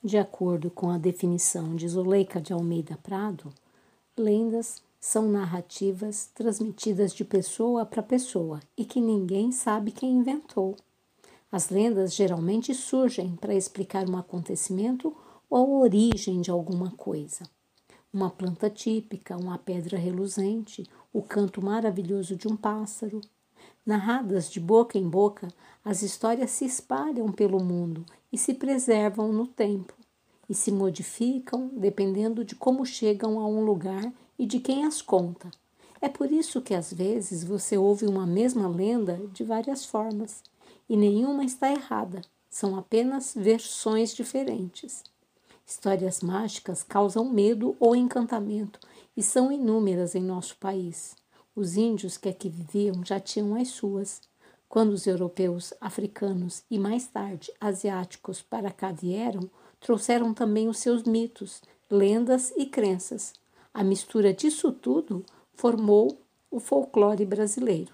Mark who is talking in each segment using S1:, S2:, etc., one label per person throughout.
S1: De acordo com a definição de Zuleika de Almeida Prado, lendas são narrativas transmitidas de pessoa para pessoa e que ninguém sabe quem inventou. As lendas geralmente surgem para explicar um acontecimento ou a origem de alguma coisa. Uma planta típica, uma pedra reluzente, o canto maravilhoso de um pássaro. Narradas de boca em boca, as histórias se espalham pelo mundo e se preservam no tempo, e se modificam dependendo de como chegam a um lugar e de quem as conta. É por isso que às vezes você ouve uma mesma lenda de várias formas, e nenhuma está errada, são apenas versões diferentes. Histórias mágicas causam medo ou encantamento e são inúmeras em nosso país. Os índios que aqui viviam já tinham as suas. Quando os europeus, africanos e mais tarde asiáticos para cá vieram, trouxeram também os seus mitos, lendas e crenças. A mistura disso tudo formou o folclore brasileiro.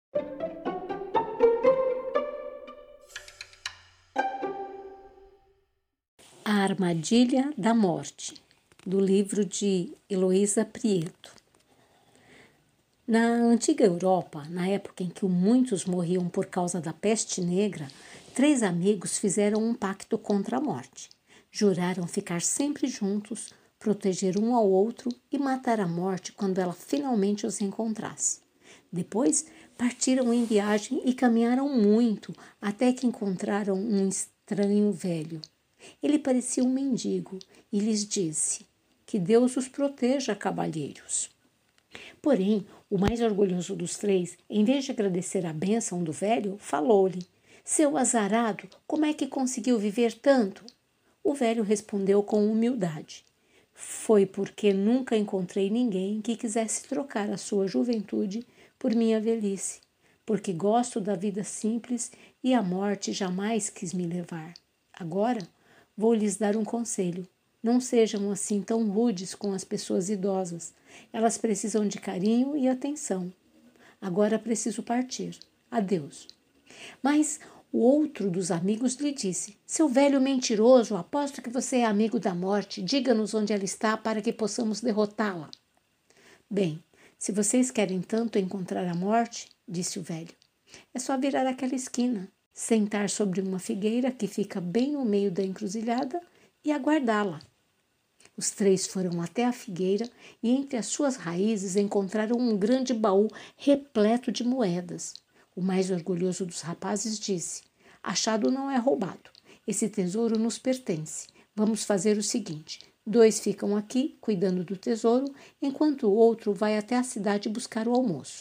S1: A Armadilha da Morte, do livro de Heloísa Prieto. Na antiga Europa, na época em que muitos morriam por causa da peste negra, 3 amigos fizeram um pacto contra a morte. Juraram ficar sempre juntos, proteger um ao outro e matar a morte quando ela finalmente os encontrasse. Depois, partiram em viagem e caminharam muito até que encontraram um estranho velho. Ele parecia um mendigo e lhes disse: "Que Deus os proteja, cavalheiros." Porém, o mais orgulhoso dos 3, em vez de agradecer a bênção do velho, falou-lhe: "Seu azarado, como é que conseguiu viver tanto?" O velho respondeu com humildade: "Foi porque nunca encontrei ninguém que quisesse trocar a sua juventude por minha velhice, porque gosto da vida simples e a morte jamais quis me levar. Agora, vou lhes dar um conselho. Não sejam assim tão rudes com as pessoas idosas. Elas precisam de carinho e atenção. Agora preciso partir. Adeus." Mas o outro dos amigos lhe disse: "Seu velho mentiroso, aposto que você é amigo da morte. Diga-nos onde ela está para que possamos derrotá-la." "Bem, se vocês querem tanto encontrar a morte," disse o velho, "é só virar aquela esquina, sentar sobre uma figueira que fica bem no meio da encruzilhada e aguardá-la." Os 3 foram até a figueira e entre as suas raízes encontraram um grande baú repleto de moedas. O mais orgulhoso dos rapazes disse: "Achado não é roubado. Esse tesouro nos pertence. Vamos fazer o seguinte: 2 ficam aqui cuidando do tesouro, enquanto o outro vai até a cidade buscar o almoço."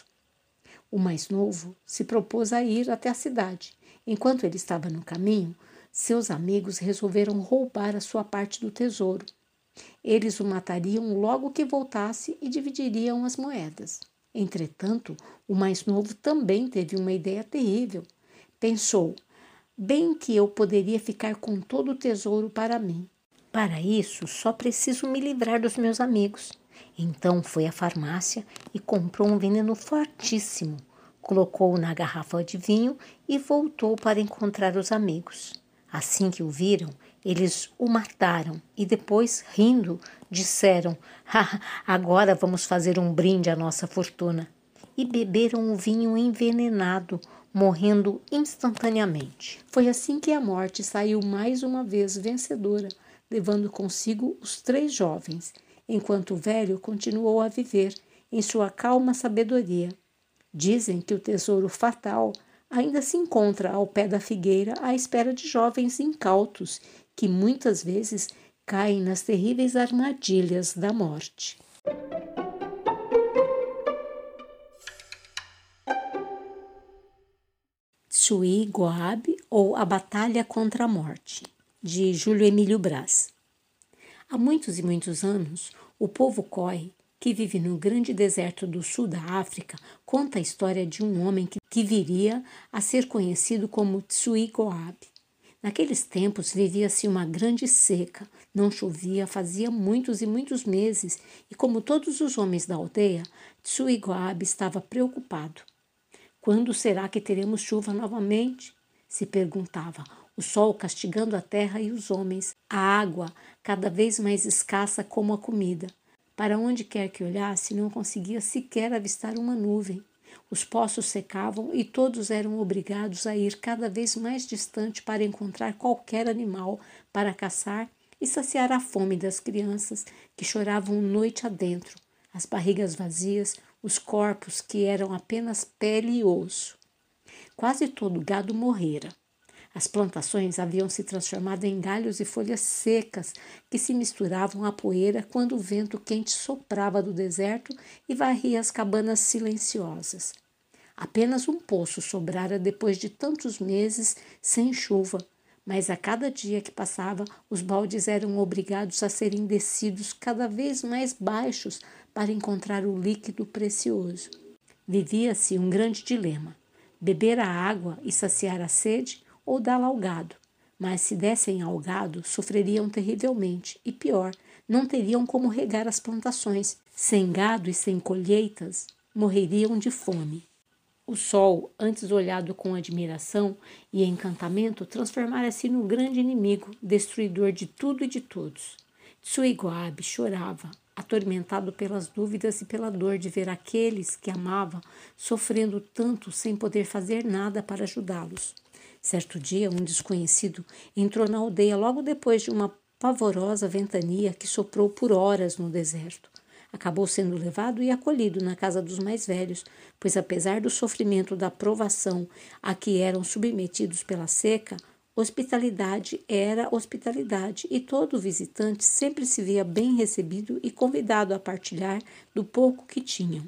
S1: O mais novo se propôs a ir até a cidade. Enquanto ele estava no caminho, seus amigos resolveram roubar a sua parte do tesouro. Eles o matariam logo que voltasse e dividiriam as moedas. Entretanto, o mais novo também teve uma ideia terrível. Pensou: "Bem que eu poderia ficar com todo o tesouro para mim. Para isso, só preciso me livrar dos meus amigos." Então foi à farmácia e comprou um veneno fortíssimo. Colocou-o na garrafa de vinho e voltou para encontrar os amigos. Assim que o viram, eles o mataram e depois, rindo, disseram: "Agora vamos fazer um brinde à nossa fortuna." E beberam o vinho envenenado, morrendo instantaneamente. Foi assim que a morte saiu mais uma vez vencedora, levando consigo os 3 jovens, enquanto o velho continuou a viver em sua calma sabedoria. Dizem que o tesouro fatal ainda se encontra ao pé da figueira à espera de jovens incautos que muitas vezes caem nas terríveis armadilhas da morte. Tsui Goab ou A Batalha contra a Morte, de Júlio Emílio Brás. Há muitos e muitos anos, o povo Khoi, que vive no grande deserto do sul da África, conta a história de um homem que viria a ser conhecido como Tsui Goab. Naqueles tempos vivia-se uma grande seca, não chovia fazia muitos e muitos meses, e como todos os homens da aldeia, Tsui Goab estava preocupado. "Quando será que teremos chuva novamente?" se perguntava, o sol castigando a terra e os homens A água cada vez mais escassa como a comida. Para onde quer que olhasse, não conseguia sequer avistar uma nuvem. Os poços secavam e todos eram obrigados a ir cada vez mais distante para encontrar qualquer animal para caçar e saciar a fome das crianças que choravam noite adentro, as barrigas vazias, os corpos que eram apenas pele e osso. Quase todo o gado morrera. As plantações haviam se transformado em galhos e folhas secas que se misturavam à poeira quando o vento quente soprava do deserto e varria as cabanas silenciosas. Apenas um poço sobrara depois de tantos meses sem chuva, mas a cada dia que passava, os baldes eram obrigados a serem descidos cada vez mais baixos para encontrar o líquido precioso. Vivia-se um grande dilema: beber a água e saciar a sede ou dá-la ao gado. Mas se dessem ao gado, sofreriam terrivelmente e, pior, não teriam como regar as plantações. Sem gado e sem colheitas, morreriam de fome. O sol, antes olhado com admiração e encantamento, transformara-se no grande inimigo, destruidor de tudo e de todos. Tsuigoabe chorava, atormentado pelas dúvidas e pela dor de ver aqueles que amava sofrendo tanto sem poder fazer nada para ajudá-los. Certo dia, um desconhecido entrou na aldeia logo depois de uma pavorosa ventania que soprou por horas no deserto. Acabou sendo levado e acolhido na casa dos mais velhos, pois apesar do sofrimento da provação a que eram submetidos pela seca, hospitalidade era hospitalidade e todo visitante sempre se via bem recebido e convidado a partilhar do pouco que tinham.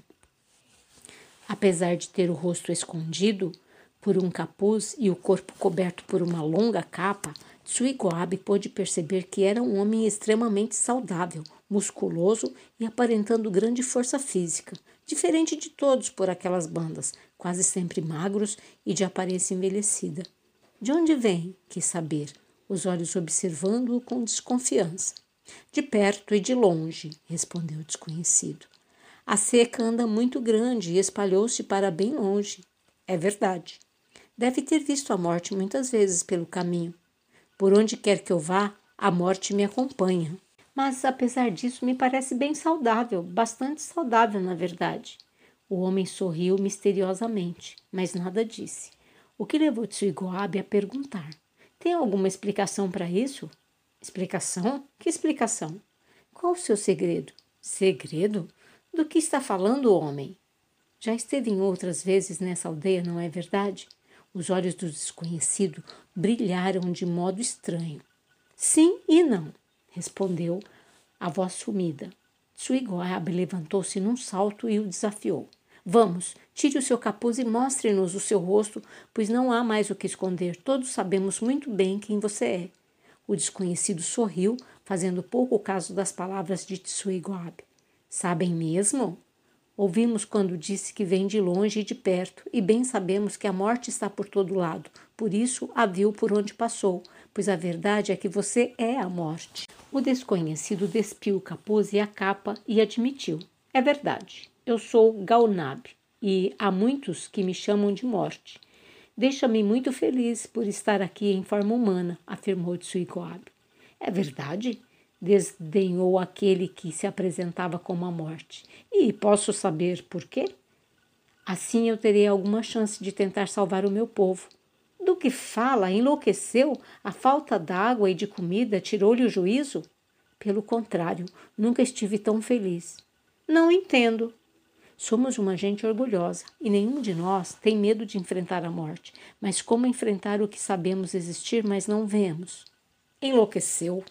S1: Apesar de ter o rosto escondido por um capuz e o corpo coberto por uma longa capa, Tsuigoabe pôde perceber que era um homem extremamente saudável, musculoso e aparentando grande força física, diferente de todos por aquelas bandas, quase sempre magros e de aparência envelhecida. De onde vem? Quis saber, os olhos observando-o com desconfiança. De perto e de longe, respondeu o desconhecido. A seca anda muito grande e espalhou-se para bem longe. É verdade. Deve ter visto a morte muitas vezes pelo caminho. Por onde quer que eu vá, a morte me acompanha. Mas, apesar disso, me parece bem saudável, bastante saudável, na verdade. O homem sorriu misteriosamente, mas nada disse. O que levou Tsuigoabe a perguntar: tem alguma explicação para isso? Explicação? Que explicação? Qual o seu segredo? Segredo? Do que está falando, homem? Já esteve em outras vezes nessa aldeia, não é verdade? Os olhos do desconhecido brilharam de modo estranho. Sim e não, respondeu a voz sumida. Tsuigoabe levantou-se num salto e o desafiou. Vamos, tire o seu capuz e mostre-nos o seu rosto, pois não há mais o que esconder. Todos sabemos muito bem quem você é. O desconhecido sorriu, fazendo pouco caso das palavras de Tsuigoabe. Sabem mesmo? Ouvimos quando disse que vem de longe e de perto, e bem sabemos que a morte está por todo lado. Por isso a viu por onde passou, pois a verdade é que você é a morte. O desconhecido despiu o capuz e a capa e admitiu. É verdade, eu sou Gaunab, e há muitos que me chamam de morte. Deixa-me muito feliz por estar aqui em forma humana, afirmou Tsuigoabe. É verdade? Desdenhou aquele que se apresentava como a morte. E posso saber por quê? Assim eu terei alguma chance de tentar salvar o meu povo. Do que fala? Enlouqueceu? A falta d'água e de comida tirou-lhe o juízo? Pelo contrário, nunca estive tão feliz. Não entendo. Somos uma gente orgulhosa e nenhum de nós tem medo de enfrentar a morte. Mas como enfrentar o que sabemos existir, mas não vemos? Enlouqueceu.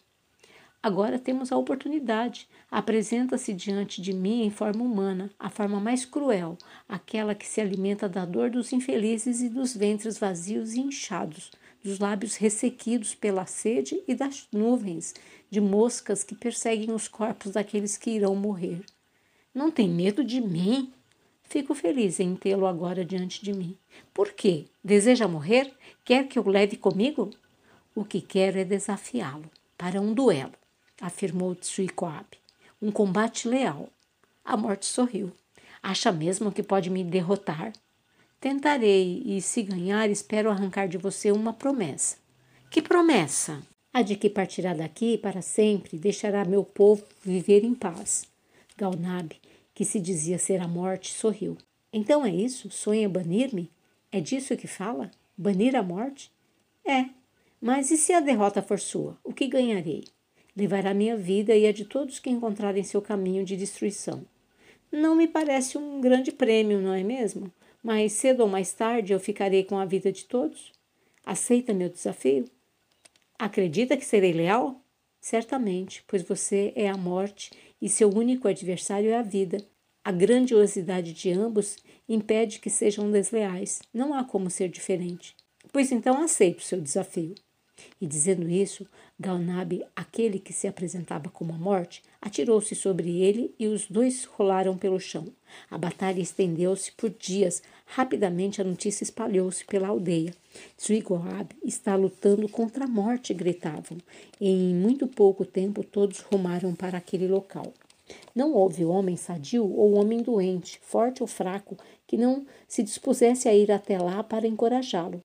S1: Agora temos a oportunidade. Apresenta-se diante de mim em forma humana, a forma mais cruel, aquela que se alimenta da dor dos infelizes e dos ventres vazios e inchados, dos lábios ressequidos pela sede e das nuvens de moscas que perseguem os corpos daqueles que irão morrer. Não tem medo de mim? Fico feliz em tê-lo agora diante de mim. Por quê? Deseja morrer? Quer que eu leve comigo? O que quero é desafiá-lo para um duelo, afirmou Tsuigoabe. Um combate leal. A morte sorriu. Acha mesmo que pode me derrotar? Tentarei e, se ganhar, espero arrancar de você uma promessa. Que promessa? a de que partirá daqui para sempre e deixará meu povo viver em paz. Galnab, que se dizia ser a morte, sorriu. Então é isso? Sonha banir-me? É disso que fala? Banir a morte? É. Mas e se a derrota for sua? O que ganharei? Levará minha vida e a de todos que encontrarem seu caminho de destruição. Não me parece um grande prêmio, não é mesmo? Mas cedo ou mais tarde eu ficarei com a vida de todos. Aceita meu desafio? Acredita que serei leal? Certamente, pois você é a morte e seu único adversário é a vida. A grandiosidade de ambos impede que sejam desleais. Não há como ser diferente. Pois então aceito seu desafio. E dizendo isso, Galnab, aquele que se apresentava como a morte, atirou-se sobre ele e os dois rolaram pelo chão. A batalha estendeu-se por dias. Rapidamente a notícia espalhou-se pela aldeia. Zuigoab está lutando contra a morte, gritavam. E em muito pouco tempo todos rumaram para aquele local. Não houve homem sadio ou homem doente, forte ou fraco, que não se dispusesse a ir até lá para encorajá-lo.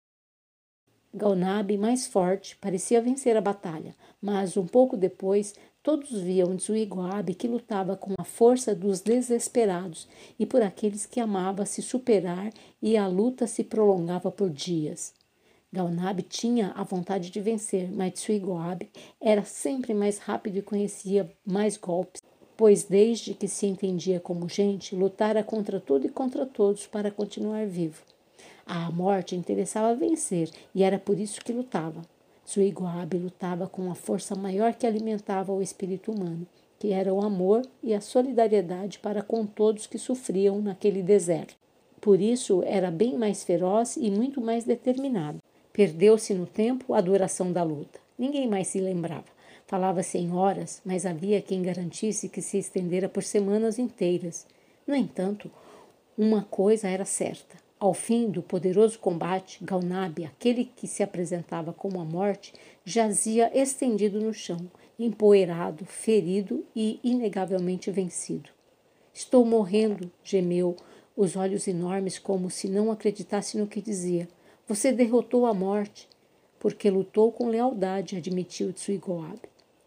S1: Galnab, mais forte, parecia vencer a batalha, mas um pouco depois todos viam Zuigoab que lutava com a força dos desesperados e por aqueles que amava se superar, e a luta se prolongava por dias. Galnab tinha a vontade de vencer, mas Zuigoab era sempre mais rápido e conhecia mais golpes, pois desde que se entendia como gente, lutara contra tudo e contra todos para continuar vivo. A morte interessava vencer e era por isso que lutava. Zuigoab lutava com a força maior que alimentava o espírito humano, que era o amor e a solidariedade para com todos que sofriam naquele deserto. Por isso era bem mais feroz e muito mais determinado. Perdeu-se no tempo a duração da luta. Ninguém mais se lembrava. Falava-se em horas, mas havia quem garantisse que se estendera por semanas inteiras. No entanto, uma coisa era certa. Ao fim do poderoso combate, Galnab, aquele que se apresentava como a morte, jazia estendido no chão, empoeirado, ferido e inegavelmente vencido. Estou morrendo, gemeu, os olhos enormes como se não acreditasse no que dizia. Você derrotou a morte, porque lutou com lealdade, admitiu Zuigoab.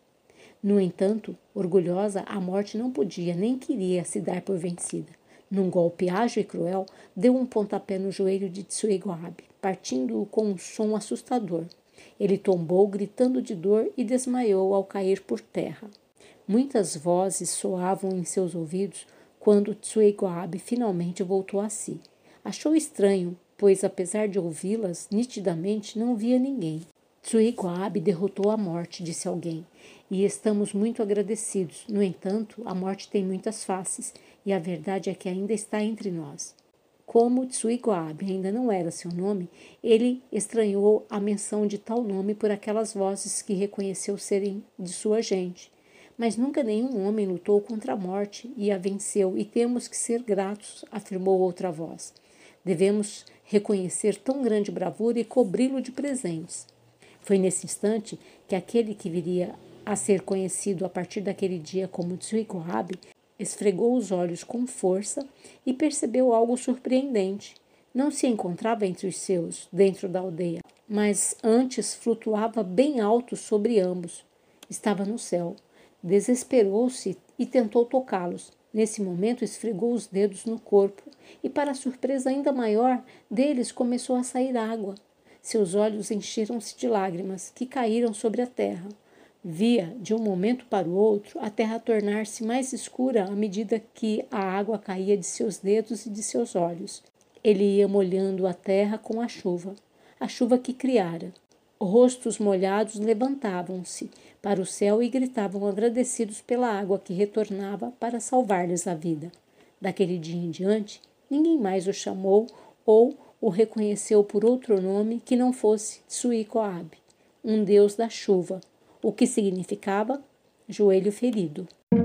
S1: No entanto, orgulhosa, a morte não podia nem queria se dar por vencida. Num golpe ágil e cruel, deu um pontapé no joelho de Zuigoab, partindo-o com um som assustador. Ele tombou, gritando de dor, e desmaiou ao cair por terra. Muitas vozes soavam em seus ouvidos quando Zuigoab finalmente voltou a si. Achou estranho, pois apesar de ouvi-las nitidamente, não via ninguém. Zuigoab derrotou a morte, disse alguém, e estamos muito agradecidos. No entanto, a morte tem muitas faces, e a verdade é que ainda está entre nós. Como Zuigoab ainda não era seu nome, ele estranhou a menção de tal nome por aquelas vozes que reconheceu serem de sua gente. Mas nunca nenhum homem lutou contra a morte e a venceu, e temos que ser gratos, afirmou outra voz. Devemos reconhecer tão grande bravura e cobri-lo de presentes. Foi nesse instante que aquele que viria a ser conhecido a partir daquele dia como Zuigoab esfregou os olhos com força e percebeu algo surpreendente. Não se encontrava entre os seus, dentro da aldeia, mas antes flutuava bem alto sobre ambos. Estava no céu. Desesperou-se e tentou tocá-los. Nesse momento, esfregou os dedos no corpo e, para surpresa ainda maior, deles começou a sair água. Seus olhos encheram-se de lágrimas que caíram sobre a terra. Via, de um momento para o outro, a terra tornar-se mais escura à medida que a água caía de seus dedos e de seus olhos. Ele ia molhando a terra com a chuva que criara. Rostos molhados levantavam-se para o céu e gritavam agradecidos pela água que retornava para salvar-lhes a vida. Daquele dia em diante, ninguém mais o chamou ou o reconheceu por outro nome que não fosse Zuigoab, um deus da chuva, o que significava joelho ferido.